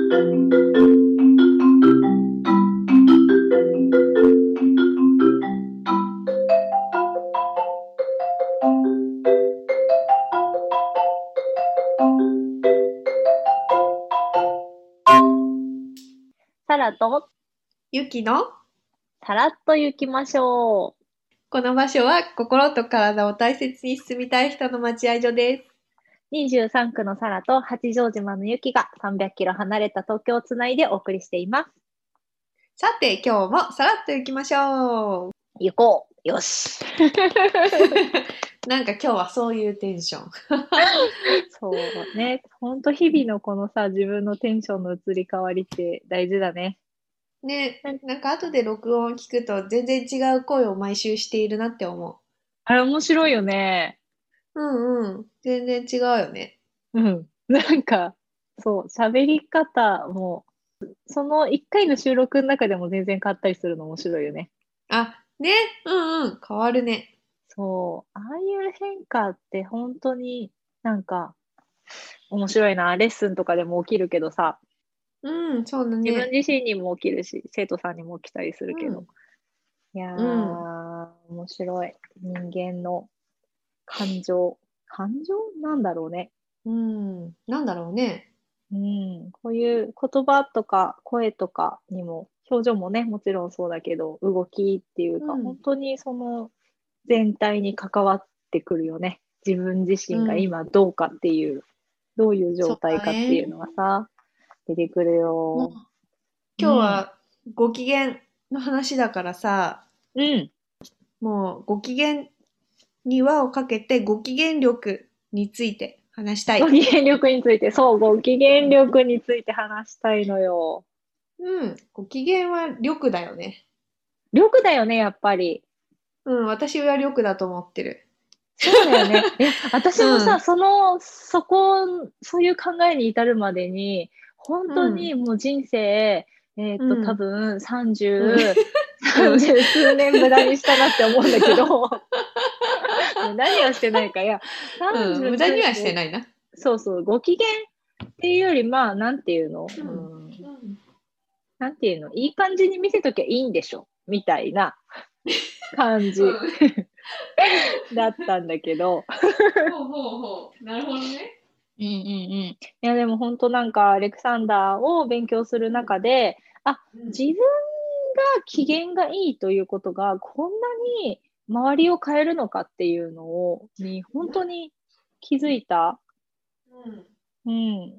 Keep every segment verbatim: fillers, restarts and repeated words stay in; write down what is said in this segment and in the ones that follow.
サラとゆきのさらっと行きましょう。 この場所は心と体を大切に住みたい人の待合所です。 にじゅうさんくのサラと八丈島のゆきがさんびゃくキロ離れた東京をつないでお送りしています。 さて今日もさらっと行きましょう。 行こう。よし。 なんか今日はそういうテンション。 そうね。ほんと日々のこのさ、自分のテンションの移り変わりって大事だね。 ね、なんか後で録音を聞くと全然違う声を毎週しているなって思う。 あれ面白いよね。 うんうん。全然違うよね。 うん。なんか、そう、喋り方も、そのいっかいの収録の中でも全然変わったりするの面白いよね。 あ、ね、うんうん。変わるね。 そう、ああいう変化って本当になんか面白いな。レッスンとかでも起きるけどさ、 うん、そうだ自分ね。 自身にも起きるし、生徒さんにも起きたりするけど。 うん。 いやー、 うん。 面白い。人間の感情。感情なんだろうね。 うん。なんだろうね。 うん。こういう言葉とか声とかにも、表情もね、もちろんそうだけど、動きっていうか、本うん。 当にその全体に関わってくるよね。自分自身がうん。 今どうかっていう、どういう状そう態だね。 かっていうのがさ、出てくるもうよ。うん。 今日はご機嫌の話だからさ、 うん。 もうご機嫌に輪をかけてご機嫌力について話したい。 ご機嫌力について、そう、ご機嫌力について話したいのよ。 うん、ご機嫌は力だよね。 力だよね、やっぱり。 うん、私は力だと思ってる。 そうだよね。いや、私もさ、 うん、 その、そこ、そういう考えに至るまでに、本当うん、 にもう人生、えっと、多うん、 分うん、 さんじゅう、 うん。 さんじゅう数年無駄にしたなって思うんだけど、無駄にはしてないか。いや、 うん、 さんじゅう無駄にはして数年ご、 ないな。 そうそう、ご機嫌っていうより、まあ、なんていうの、 うん、ううん、 ん。 なんていうの、いい感じに見せときゃいいんでしょみたいな感じうん。 だったんだけど、 ほうほうほう。なるほどね。 うんうんうん。いや、でも本当なんか、アレクサンダーを勉強するうん、 中で、あ、 うん、 自分が機嫌がいいということが、こんなに周りを変えるのかっていうのを、に、本当に気づいた。 うん。 うん。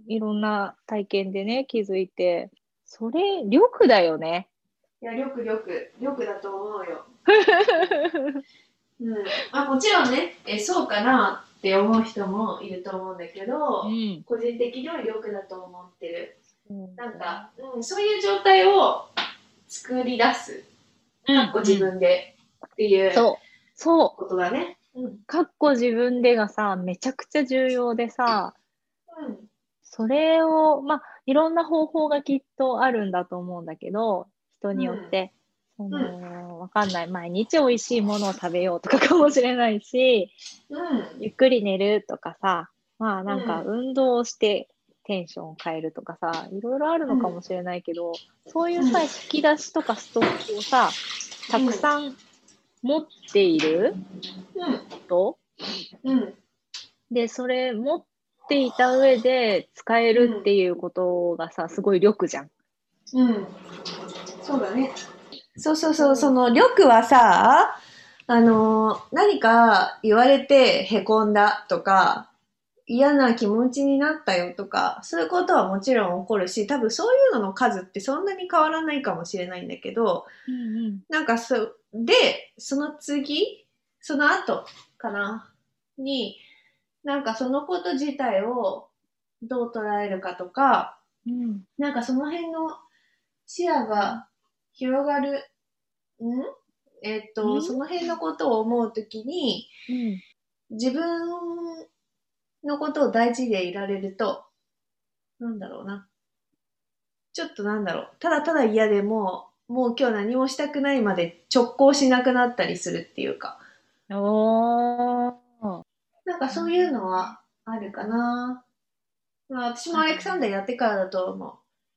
いろんな体験でね、気づいて。それ、力だよね。 いや、力、力、力だと思うよ。うん。まあもちろんね、え、そうかなって思う人もいると思うんだけど、 うん。 個人的には力だと思ってる。 うんなんか、うん、そういう状態を作り出す。 うかっこ自ん。 分でっていうそう。そう。 ことだね。うん。 かっこ自分でがさ、めちゃくちゃ重要でさ、 うん。 それを、まあ、いろんな方法がきっとあるんだと思うんだけど、人によっうん。 て、そうん。 の、わかんない。毎日美味しいものを食べようとかかもしれないし、 うん。 ゆっくり寝るとかさ、まあなんかうん。 運動をしてテンションを変えるとかさ、いろいろあるうん。 のかもしれないけど、そういううん。 さ、引き出しとかストックをさ、たくさん持っている人うん。 で、それ持っていた上で使えうん。 るっていうことがさ、すごい力じゃん。 うん。そうだね。そうそうそう、そその力はさ、あの、何か言われてへこんだとか、嫌な気持ちになったよとか、そういうことはもちろん起こるし、多分そういうのの数ってそんなに変わらないかもしれないんだけど、 う。うんうん。 なんかそう、で、その次、その後かな、に、なんかそのこと自体をどう捉えるかとか、 うん。 なんかその辺の視野が広がる、んえっと、その辺のことを思うときに、 うん。 自分のことを大事でいられると、なんだろうな。ちょっとなんだろう。ただただ嫌でも、もう今日何もしたくないまで直行しなくなったりするっていうか。 おー。 なんかそういうのはあるかな。まあ私もアレクサンダーやってからだと思う。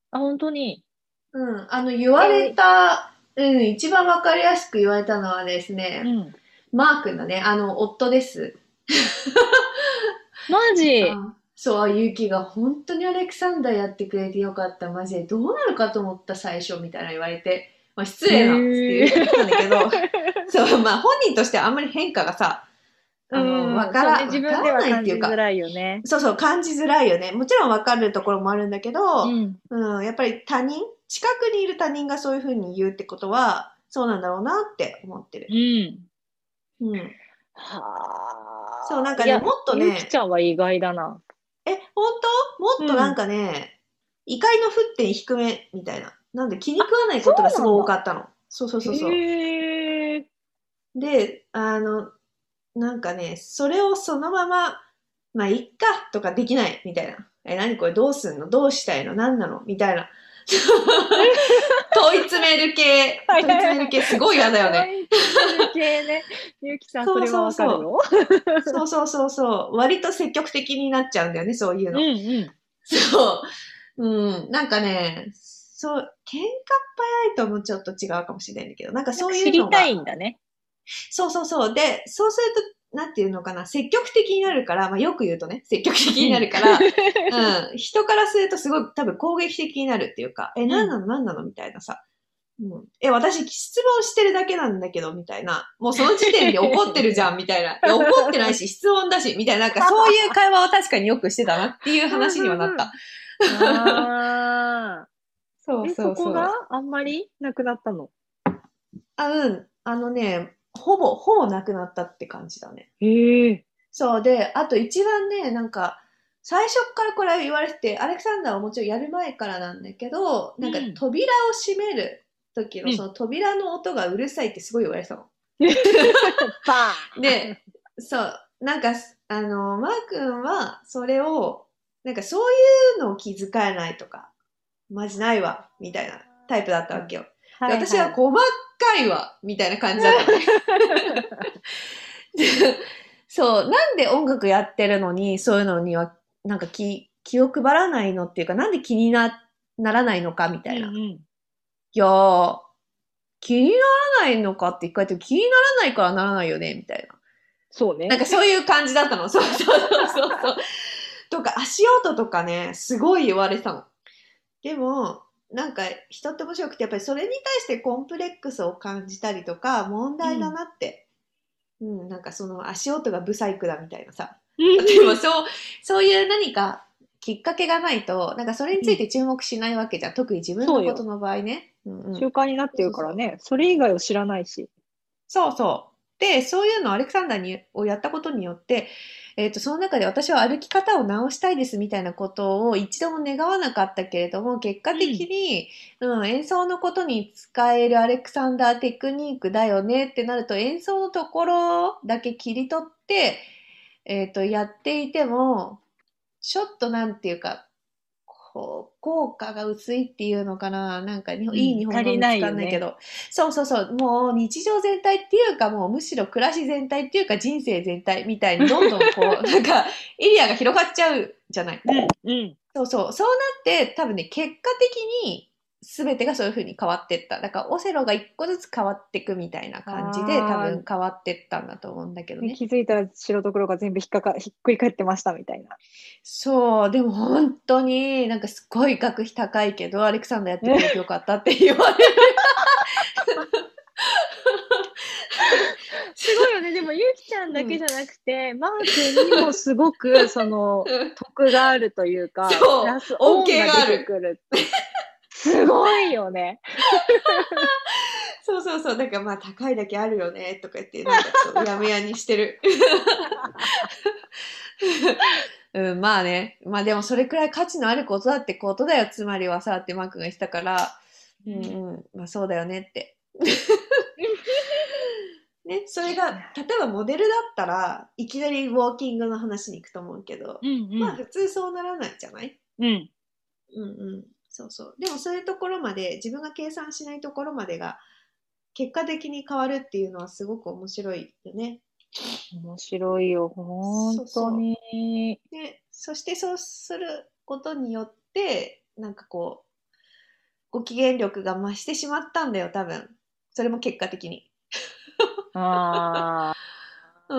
あ、本当に。 うん。あの、言われえた、うん、一番わかりやすく言われたのはですー、うね、 ん。 マー君だね。あの、夫です。 マジ。 あ、そう、ゆうきが本当にアレクサンダーやってくれてよかった。マジでどうなるかと思った最初みたいな言われて、まあ、失礼なってへえ。 言ったんだけど、そう、まあ本人としてはあんまり変化がさ、あの、 うんうん、そうね。 わから、 自わからないっ分では感ていうか、 じづらいよね。 そうそう、感じづらいよね。もちろんわかるところもあるんだけど、 うん。 うん、やっぱり他人、近くにいる他人がそういうふうに言うってことは、そうなんだろうなって思ってうる。 ん。 うん。そう、 はあ。 なんかね、 いや、 もっとゆきちね、 ゃんは意外だな。 え、本当もっとなんうん。 かね、怒りの沸点低めみたいな。なんで気にあ、 食わないそことがすごいうなんだ。 多かったの。そうそうそうそへえ。 う。で、あの、なんかね、それをそのまま、まあ、いっかとかできないみたいな。え、何これどうすんのどうしたいの何なのみたいな。問い詰める系、 はい問いはいはい。 詰める系すごい嫌だよね。 問い詰める系ね。ゆきさん、そそうれはそうそう。 わかるよ。 そうそうそうそう。割と積極的になっちゃうんだよね、そういううんの。 うん。 そう。うん。なんかね、そう、喧嘩っ早いともちょっと違うかもしれないんだけど、なんかそういなんか知りうのが、 たいんだね。 そうそうそう。で、そうすると、なんていうのかな、積極的になるから、まあよく言うとね、積極的うん。 になるから、うん、人からするとすごい多分攻撃的になるっていうか、え、 うん。 なんなのなんなのみたいなさ。うん、え、私質問してるだけなんだけど、みたいな。もうその時点で怒ってるじゃん、みたいな。いや、怒ってないし、質問だし、みたいな。なんかそういう会話を確かによくしてたなっていううん話にはなった。 うんうん。ああ。 そうえ、そこがそうそう。 あんまりなくなったの？ あ、うん。あのね、ほぼ、ほぼなくなったって感じだね。 へえ。 そうで、あと一番ね、なんか、最初からこれ言われてて、アレクサンダーはもちろんやる前からなんだけど、なんかうん。 扉を閉める時うん。 のその扉の音がうるさいってすごい言われてたの。 バーン。 で、そう、なんか、あの、マー君はそれを、なんかそういうのを気遣えないとか、マジないわ、みたいなタイプだったわけよ。で、 はいはい。 私は細かいわ、みたいな感じだったのね。そう、なんで音楽やってるのに、そういうのには、なんか気、気を配らないのっていうか、なんで気にな、ならないのかみたいな。 うんうん。 いやー、気にならないのかって一回言って気にならないからならないよねみたいな。 そうね。 なんかそういう感じだったの。そうそうそうそうそう。とか、足音とかね、すごい言われてたの。でも、なんか人って面白くて、やっぱりそれに対してコンプレックスを感じたりとか、問題だうん。 なって。うん、なんかその足音がブサイクだみたいなさ。 う例えばん。 そう、そういう何かきっかけがないと、なんかそれについうん。 て注目しないわけじゃん。特に自分そうよ。 のことの場合ね。うんうん。 習慣になってるそうそうそう。 からね。それ以外を知らないし。 そうそう。で、そういうのをアレクサンダーにをやったことによって、えっと、その中で私は歩き方を直したいですみたいなことを一度も願わなかったけれども、結果うん。 的に、うん、演奏のことに使えるアレクサンダーテクニックだよねってなると、演奏のところだけ切り取って、えっと、やっていても、ちょっとなんていうか、こう、効果が薄いっていうのかな。なんかにうん。 いい日本足りな語は見ついよね。 かんないけど。そうそうそう。もう日常全体っていうか、もうむしろ暮らし全体っていうか人生全体みたいにどんどんこう、なんかエリアが広がっちゃうじゃない。 うん。うん。 そうそう。そうなって多分ね、結果的に全てがそういう風に変わってった。だからオセロが一個ずつ変わっていくみたいな感じで多ああ、 分変わってったんだと思うんだけどね、 ね。 気づいたら白と黒が全部ひっかか、ひっくり返ってましたみたいな。 そう、でも本当になんかすっごい学費高いけど、アレクサンダーやってくれてよかったって言われる。 すごいよね。でも、ゆきちゃんだうん。 けじゃなくて、マー君にもすごく、その、 うん得があるというか、プそう、 ラスオ恩恵ンが出てがある。 くる。すごいよね。 そうそうそう。だからまあ高いだけあるよねとか言って、なんかそう、うやむやにしてる。うん、まあね。まあでもそれくらい価値のあることだってことだよ。つまりはさ、ってマークが言ってたから、うんうん。 うん、まあそうだよねって。ね、それが、 いや、 例えばモデルだったらいきなりウォーキングの話に行くと思うけど、 うんうん。 まあ普通そうならないじゃない。 うん。 うんうん。そうそう。でもそういうところまで、自分が計算しないところまでが結果的に変わるっていうのはすごく面白いよね。 面白いよ、本そうそ当に。 う。で、そしてそうすることによって、なんかこう、 ご機嫌力が増してしまったんだよ、多分。それも結果的に。 あうん。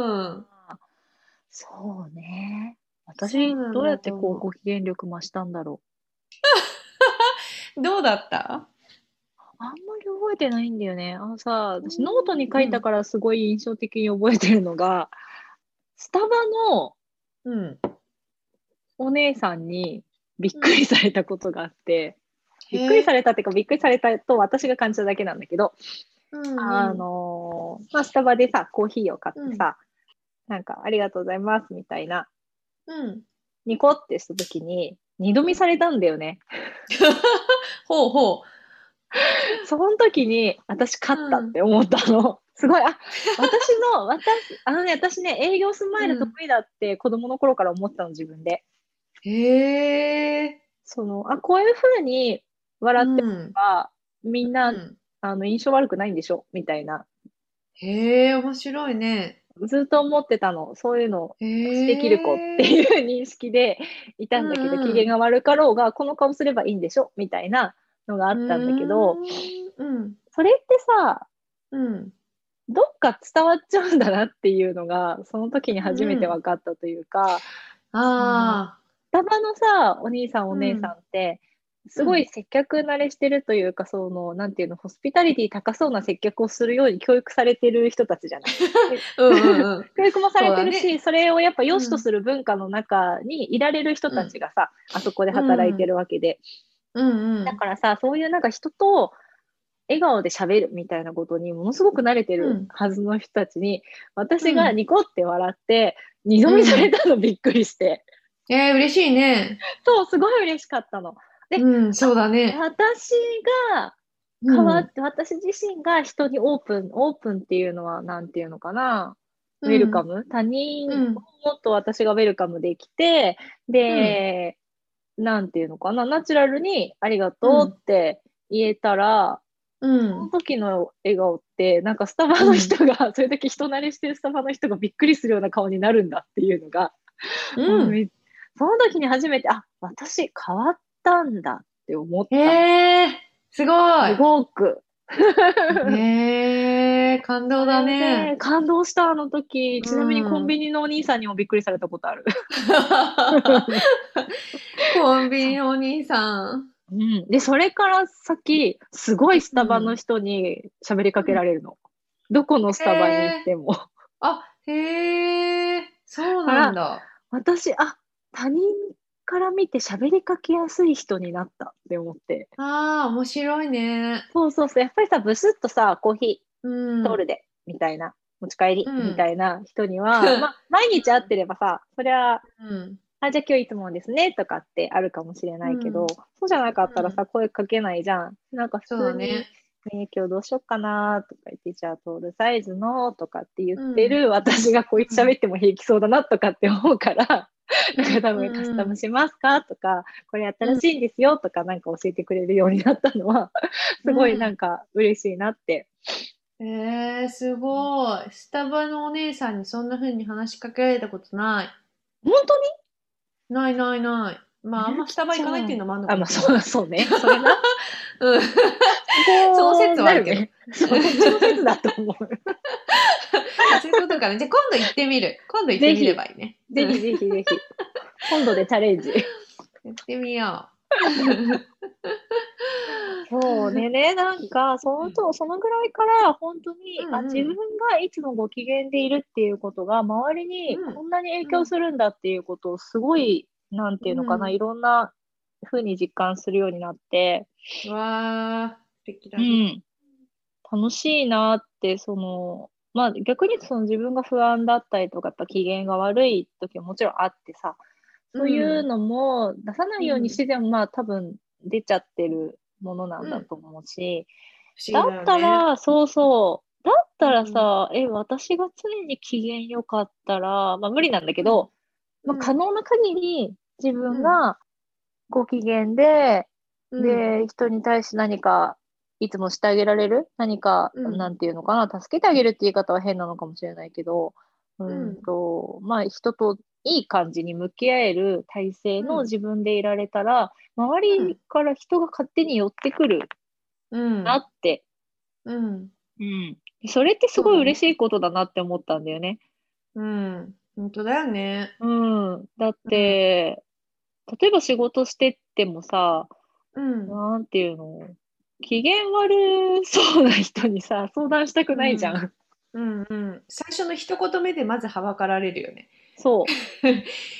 あ、そうね。私、 そうなんどうやだと思ってこうご機嫌力増したんだろう。どうだった？ う。あんまり覚えてないんだよね。あのさ、 う私ノートに書いたん。 からすごい印象的に覚えてるのが、スタバのうん。 お姉さんにびっうん。 くりされたことがあって、びっくりさへえ。 れたっていうか、びっくりされたと私が感じただけなんだけど、 うんあうん。 のーまあ、スタバでさ、コーヒーを買っうん。 てさ、なんか、ありがとうございますみたいな、 うん。 ニコってした時に、二度見されたんだよね。 ほうほその時に、私う。 勝ったうん。 って思ったの。すごい、あ、私の、私、あのね、私ね、営業スマイル得うん。 意だって子供の頃から思ってたの、自分で。 へえ。 その、あ、こういう風にう笑ってん。 ば、みんな、 うん。 あの、印象悪くないんでしょみたいな。 へえ、面白いね。 ずっと思ってたの。そういうのをへ私できる子ってえ。 いう認識でいうたんだけど、機んうん。 嫌が悪かろうが、この顔すればいいんでしょみたいなのがあうったんだけど、 ーん。うん。 それってさ、 うん。 どっか伝わっちゃうんだなっていうのが、その時に初めてうんうん。 分かったというか、その、 ああ。 スタバのさ、お兄さんお姉さんうん。 って、すうん。 ごい接客慣れしてるというか、その、なんていうの、ホスピタリティ高そうな接客をするように教育されてる人たちじゃない。でうんうんうん。 教育もさそうれてるし、 だね。 それをやっぱ良しとうん。 する文化の中にいられる人うん。 たちがさ、あそこでう働いてん。 るわけで。 うんうん。 だからさ、そういうなんか人と笑顔で喋るみたいなことにものすごく慣れてるうん。 はずの人たちに、私がうん。 ニコって笑って、二度う見されん。 たのびっくりして、 えー、嬉しいね。 そう、すごい嬉しかったの。で、 うん、そうだあ、 ね。 私がうん。 変わって、私自身が人にオープン、オープンっていうのは、なんていうのかな、ウェルカうん。 ム他人をうん。 もっと私がウェルカムできて、 うん。 で、なんていうのかな、ナチュラルにありがとううん。 って言えたら、 うそのん。 時の笑顔って、なんかスタバのうん。 人が、それだけ人慣れしてるスタバの人がびっくりするような顔になるんだっていうのが、 うん。 もうめその時に初めて、あ、私変わったんだって思ったの。 えー、すごすい。 ごく。 えー、感動だそれね。 で感動したあの時、 うちなみにコンビん。 ニのお兄さんにもびっくりされたことある。 コンビそう。 ニお兄さん。 うん。で、それから先、すごいスタバのうん。 人に喋りかけうん。 られるの。どこのスタバに行っえー、 ても。 あ、へえ、そうから、 なんだ。 私、あ、他人から見て喋りかけやすい人になったって思って。 ああ、面白いね。 そうそうそう。やっぱりさ、ブスッとさ、コーヒうー通ん。 るで、みたいな、持ち帰り、みうん。 たいな人には、まあ、毎日会ってればさ、そりゃ、 うん。 あ、じゃあ今日いつもですね、とかってあるかもしれうん。 ないけど、そうじゃなかったうん。 らさ、声かけないじゃん。なんか普そうだね。 通に、ね、今日どうしよっかな、とか言って、じゃあトールサイズの、とかって言っうん。 てる私がこいつうん。 喋っても平気そうだな、とかって思うから、 うん。 なんか多分カスタムうん。 しますかとか、これ新うん。 しいんですよ、とかなんか教えてくれるようになったのは、すごいなんか嬉しいなって。 えー、すごい。スタバのお姉さんにそんな風に話しかけられたことない。 本当にないないない。まあ、あんゆまスタバきちゃ行かないっていうん。 のもあるのあ、 かもしれない。 まあそう、そうね。それな。 うん。 そそのこ説はあるけど。 だよね。そう、そっちの説だと思う。 あ、そういうことかね。じゃあ今度行ってみる。今度行ってみれぜひ、 ばいいね。うん。 ぜひぜひぜひ。今度でチャレンジ。 やってみよそうね、ね、なんか、そのと、そのぐらいから、本当う。 に、あ、自分うんうん。 がいつもご機嫌でいるっていうことが、周りにうん。 こんなに影響うん。 するんだっていうことを、すごい、なんていうのかな、いうん。 ろんな風に実感するようになって、 わー、素敵だね。 うん、楽しいなって、その、まあ逆にその自分が不安だったりとか、やっぱ機嫌が悪い時ももちろんあってさ、 うそういうん。 のも出さないようにうん。 してでも、まあ多分出ちゃってるものなんうん。 だと思うし、 不思議だだっよね。 たら、そうそう。だったらうん。 さ、え、私が常に機嫌良かったら、まあ無理なんだけうん。 ど、まあ可うん。 能な限り自うん。 分がご機嫌で、 うん。 で、人に対して何かいつもしてあげられる何か、 うん。 なんていうのかな、助けてあげるって言い方は変なのかもしれないけど、ううん。 んと、まあ人といい感じに向き合える体制のうん。 自分でいられたら、周りうん。 から人が勝手に寄ってくるう。 なんって。 うん。 うん。それってすそうだね。 ごい嬉しいことだなって思ったんだよね。 うん。本当だよね。 うん。だっうん。 て、例えば仕事してってもさ、 うん。 なんていうの、機嫌悪そうな人にさ、相談したくうん。 ないじゃん。 うんうん。最初の一言目でまずはばかられるよね。 そう。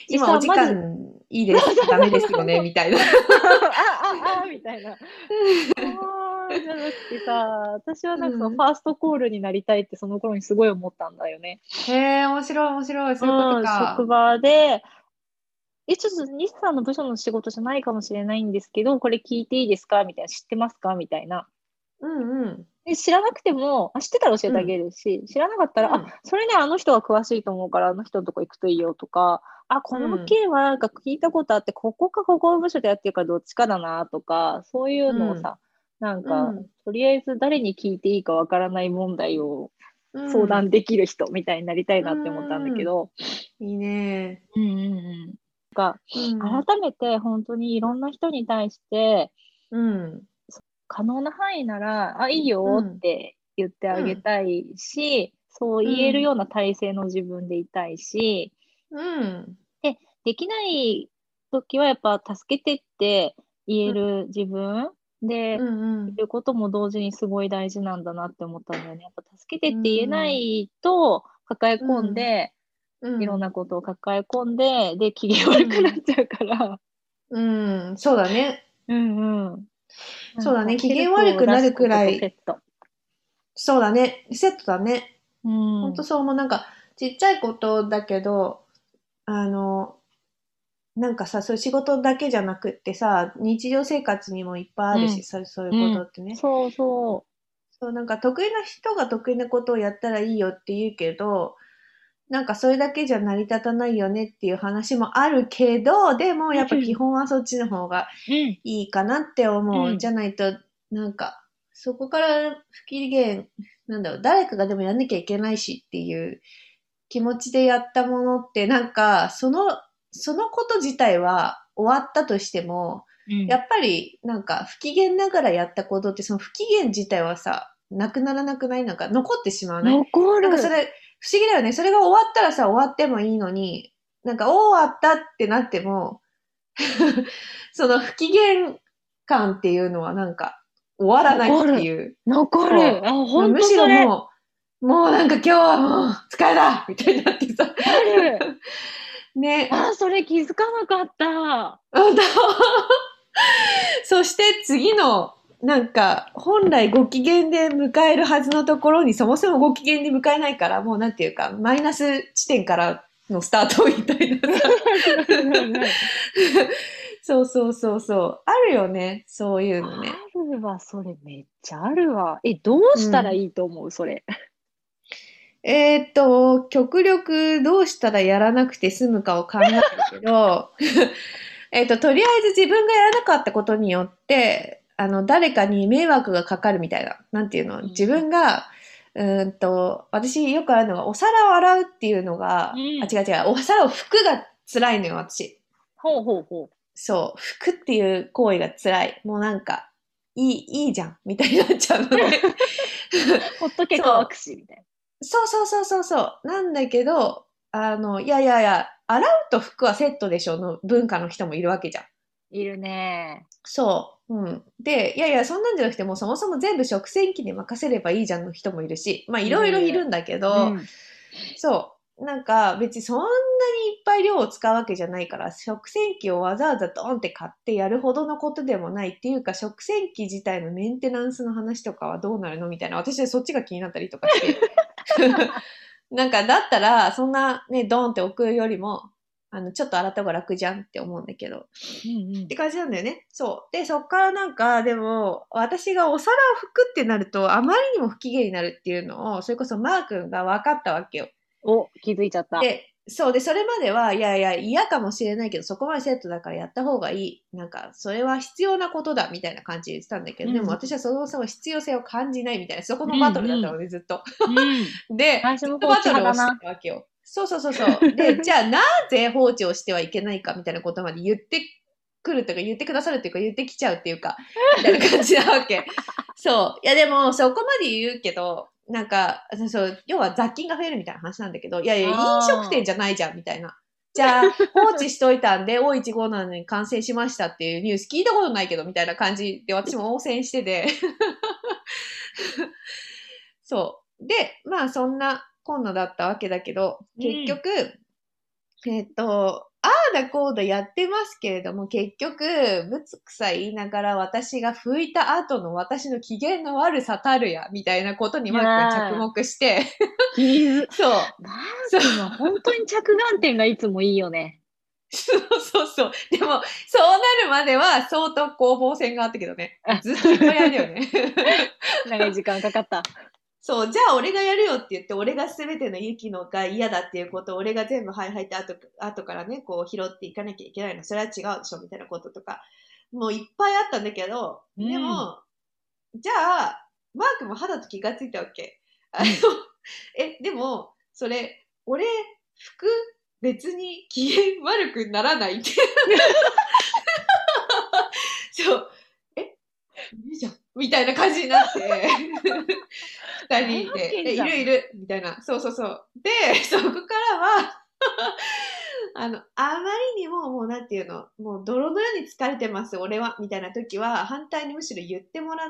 しさ、 今お時まず、 間いいです。ダメですよね、みたいな。 あ、あ、あ、みたいな。そうじゃなくてさ、私はうなんかそのフん。 ァーストコールになりたいってその頃にすごい思ったんだよね。 へえ、面白い面白い。そういうことうん、職か。 場で、え、ちょっと西さんの部署の仕事じゃないかもしれないんですけど、これ聞いていいですかみたいな、知ってますかみたいな。 うんうん。 で、知らなくても、あ、知ってたら教えてあうん。 げるし、知らなかったら、あ、 うん。 それね、あの人が詳しいと思うから、あの人のとこ行くといいよとか、あ、このうん。 件はなんか聞いたことあって、ここかここの部署でやってるかどっちかだなとか、そういううん。 のをさ、なんか、 うん。 とりあえず誰に聞いていいかわからない問題をう相談ん。 できる人みたいになりたいうなって思ったんだけん。 ど、 いいね。 うんうんうん。なんか、 うん。 改めて本当にいろんな人に対して、 うん。 可能な範囲なら、あ、いいよっうん。 て言ってあうん。 げたいし、そう言えるうん。 ような体制の自分でいたいし、 うん。 で、できない時はやっぱ助けてって言える自分でうん。 いることも同時にすごい大事なんだなって思ったんだよね。やっぱ助けうてって言えなん。 いと抱えう込んん。 で、いろんうん。 なことを抱え込んで、で、機嫌う悪くなっん。 ちゃうから、 うん。そうだね。 うんうん。なんか、 そうだね。機嫌セルフを出悪くなるすこととセくらい。 ット。 そうだね。セットだね。 うほんとん。 そう思う。なんか、ちっちゃいことだけど、あの、なんかさ、そういう仕事だけじゃなくってさ、日常生活にもいっぱいあるし、 うん。 そうそういううん。 ことってね。 そうそそう、なんか得意な人が得意なことをやったらいいよって言うけど、なんかそれだけじゃ成り立たないよねっていう話もあるけど、でもう。 やっぱ基うん。 本はそっちの方がうん。 いいかなって思う。じうん。 ゃないと、なんか、そこから不機嫌、なんだろう、誰かがでもやんなきゃいけないしっていう気持ちでやったものって、なんか、その、そのこと自体は終わったとしても、 うん。 やっぱり、なんか、不機嫌ながらやったことって、その不機嫌自体はさ、なくならなくない？なんか、残ってしまわない？ 残る。 なんかそれ、不思議だよね。それが終わったらさ、終わってもいいのに、なんか、終わったってなっても、その不機嫌感っていうのはなんか、終わらないっ残る。 ていう。 残る。 そあ、 う。 ほんむしとそれ。 ろもう、もうなんか今日はもう疲れたみたいになってさ。 ある。 ね。 あ、それ気づかなかった。 本当そして次の、なんか、本来ご機嫌で迎えるはずのところにそもそもご機嫌で迎えないから、もうなんていうか、マイナス地点からのスタートみたいなさ。 あるあるあるある。 そうそうそうそう。あるよね。そういうのあね。 るわ、それめっちゃあるわ。え、どうしたらうん。 いいと思うそれ。 えーっと、極力どうしたらやらなくて済むかを考えるけど、えーっと、とりあえず自分がやらなかったことによって、あの、誰かに迷惑がかかるみたいな。なんていうの自うん。 分が、うーんと、私よくあるのが、お皿を洗うっていうのが、あ、 うん。 違う違う、お皿を拭くが辛いのよ、私。 ほうほうほう。 そう、拭くっていう行為が辛い。もうなんか、いい、いいじゃん、みたいになっちゃうのね。 ほっとけ乾そう。 くし、みたいそうそうそうそうそう。なんだけど、あの、いやいやいや、洗うと服はセットでしょの文化の人もいるわけじゃん。 な。いるね。 そう。うん。で、いやいや、そんなんじゃなくて、もうそもそも全部食洗機に任せればいいじゃんの人もいるし、まあいいろいろいるるいる。 んだけうど、 ん。 そう。なんか別にそんなにいっぱい量を使うわけじゃないから、食洗機をわざわざドンって買ってやるほどのことでもないっていうか、食洗機自体のメンテナンスの話とかはどうなるのみたいな、私はそっちが気になったりとかして。なんか、だったら、そんなね、ドーンって置くよりも、あの、ちょっと洗った方が楽じゃんって思うんだけど。っうんうん。 て感じなんだよね。そう。で、そっからなんか、でも、私がお皿を拭くってなると、あまりにも不機嫌になるっていうのを、それこそマー君が分かったわけよ。 お、気づいちゃった。 で、そうで、それまでは、いやいや、嫌かもしれないけど、そこまでセットだからやった方がいい。なんか、それは必要なことだ、みたいな感じで言ってたんだけど、でもうん私はそもそも必要性を感じないみたいな、そこうのバトルだっんうん。 たので、ずっと。 うん。 で、 最初ずっとの放置バトルをして派だな。 たわけよ。 そうそうそうそう。で、じゃあなぜ放置をしてはいけないかみたいなことまで言ってくるというか、言ってくださるっていうか、言ってきちゃうっていうか、みたいな感じなわけ。そう。いやでも、そこまで言うけど、なんか、そう、要は雑菌が増えるみたいな話なんだけど、いやいや、飲食店じゃないじゃん、みたいな。じゃあ、放置しといたんで、おいちごなのに完成しましたっていうニュース聞いたことないけど、みたいな感じで、私も応戦してて。そう。で、まあ、そんなこんなだったわけだけど、結局、うん、えっと、ああだこうだやってますけれども、結局、ぶつくさ言いながら私が拭いた後の私の機嫌の悪さたるや、みたいなことにマークが着目して。 そう。マークの本当に着眼点がいつもいいよね。 そうそうそう。でも、そうなるまでは相当攻防戦があったけどね。ずっと一回やるよね。 長い時間かかった。 そう、じゃあ俺がやるよって言って、俺が全てのユキノが嫌だっていうことを、俺が全部はいはいって後、後からね、こう拾っていかなきゃいけないの。それは違うでしょみたいなこととか。もういっぱいあったんだけど、うん、でも、じゃあ、マークも肌と気がついたわけ。あの、え、でも、それ、俺、服、別に機嫌悪くならないって。そう。えいいじゃんみたいな感じになって。二人で、え、いるいるみたいな。そうそうそう。で、そこからは、あの、あまりにももうなんていうの、もう泥のように疲れてます、俺は、みたいな時は、反対にむしろ言ってもらって、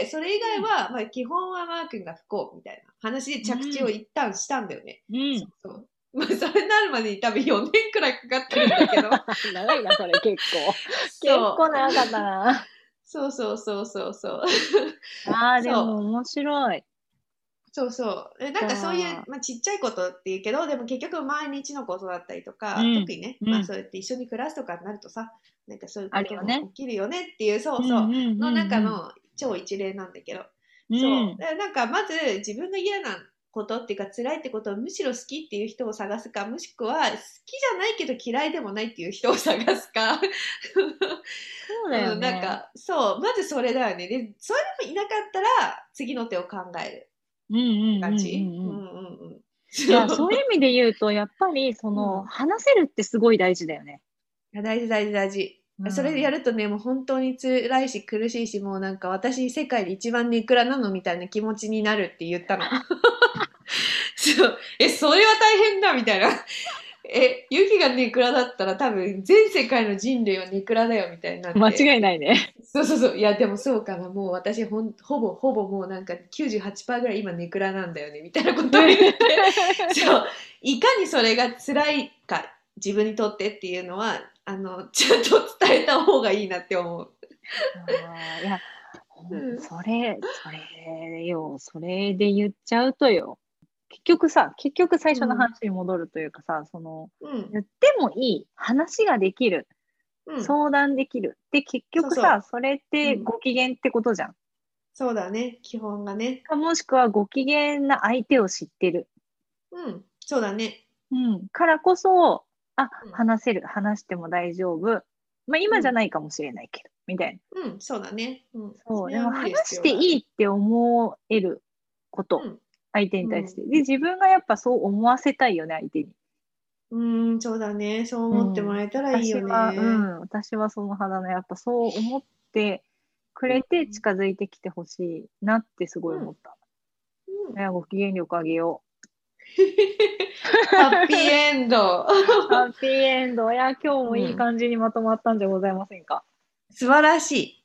それ以外は、うん、まあ基本はマー君が不幸みたいな話で着地を一旦したんだよね。うん。そうそうまあ、それになるまでに多分よねんくらいかかってるんだけど。 長いな、それ結構。結構長かったな。 そうそうそうそうそう。 ああ、でも面白い。 そうそう。なんかそういう、まあ、ちっちゃいことっていうけど、でも結局毎日のことだったりとか、うん、特にね、うん、まあそうやって一緒に暮らすとかになるとさ、なんかそういうことも起きるよねっていう、そうそう、の中の超一例なんだけど、うん、そう。なんかまず自分が嫌なことっていうか辛いってことをむしろ好きっていう人を探すか、もしくは好きじゃないけど嫌いでもないっていう人を探すか。 そうだよね、うん。 なんか、そう、まずそれだよね。で、それでもいなかったら次の手を考える。 うんうんうんうんうん。いや、そういう意味で言うと、やっぱり、その、うん、話せるってすごい大事だよね。 大事大事大事。うん、それでやるとね、もう本当に辛いし苦しいし、もうなんか私世界で一番ネクラなのみたいな気持ちになるって言ったの。そう。え、それは大変だみたいな。え、ユキがネクラだったら多分全世界の人類はネクラだよみたいになって。 間違いないね。 そうそうそう。いや、でもそうかな。もう私ほん、ほぼ、ほぼもうなんか きゅうじゅうはちパーセント ぐらい今ネクラなんだよねみたいなことを言って。そう。いかにそれが辛いか、自分にとってっていうのは、あの、ちゃんと伝えた方がいいなって思う。 あいや、うん、それ、それよ、それで言っちゃうとよ。結局さ、結局最初の話に戻るというかさ、うん、その、うん、言ってもいい、話ができる、うん、相談できる。で、結局さ、そうそうそれってご機嫌ってことじゃん。 そうだね、基本がね。 もしくはご機嫌な相手を知ってる。 うん、そうだね。 うん、からこそ、あ、うん、話せる、話しても大丈夫。まあ今じゃないかもしれないけど、うん、みたいな。うん、そうだね。 うん、そう、でも話していいって思えること。うん相手に対して、うん。で、自分がやっぱそう思わせたいよね、相手に。 うん、そうだね。そう思ってもらえたらいいよね。 うん、私は、うん、私はその肌の、やっぱそう思ってくれて近づいてきてほしいなってすごい思った。うん。いや、ご機嫌力上げよう。 ハッピーエンド。 ハッピーエンド。いや、今日もいい感じにまとまったんじゃございませんか。 うん、素晴らしい。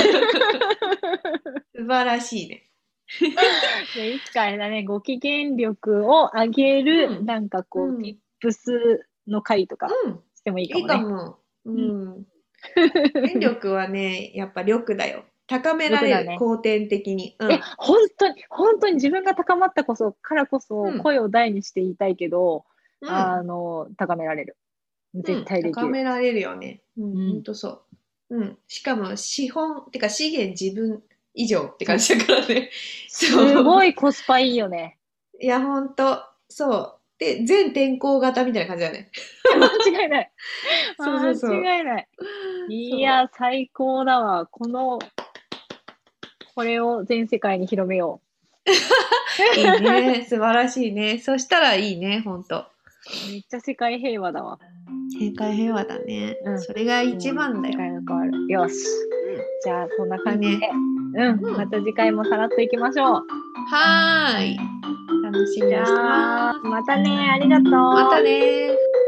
素晴らしいね。 いつかあれだね、ご機嫌力を上げる、うん、なんかこう、うん、ティップスの回とかしてもいいかもね。 いいかも。うん。権力はね、やっぱ力だよ。高められる、ね、後天的に。 うん、え、本当に、本当に自分が高まったこそ、からこそ、声を大にして言いたいけど、うん、あの、高められる。絶対できる。 高められるよね。うん、うん、ほんとそう。うん。しかも、資本、てか資源自分以上って感じだからね。 すごいコスパいいよね。 いや、ほんと、そう。で、全天候型みたいな感じだね。 間違いない。そうそうそう間違いない。いや、最高だわ。この、これを全世界に広めよう。いいね。素晴らしいね。そしたらいいね、ほんと。 めっちゃ世界平和だわ。 世界平和だね。うん、それが一番だよ。 世界が変わる。よし。じゃあ、こんな感じで。いいね、うん。また次回もさらっといきましょう。 はーい。楽しみにしてます。 またね。ありがとう。 またね。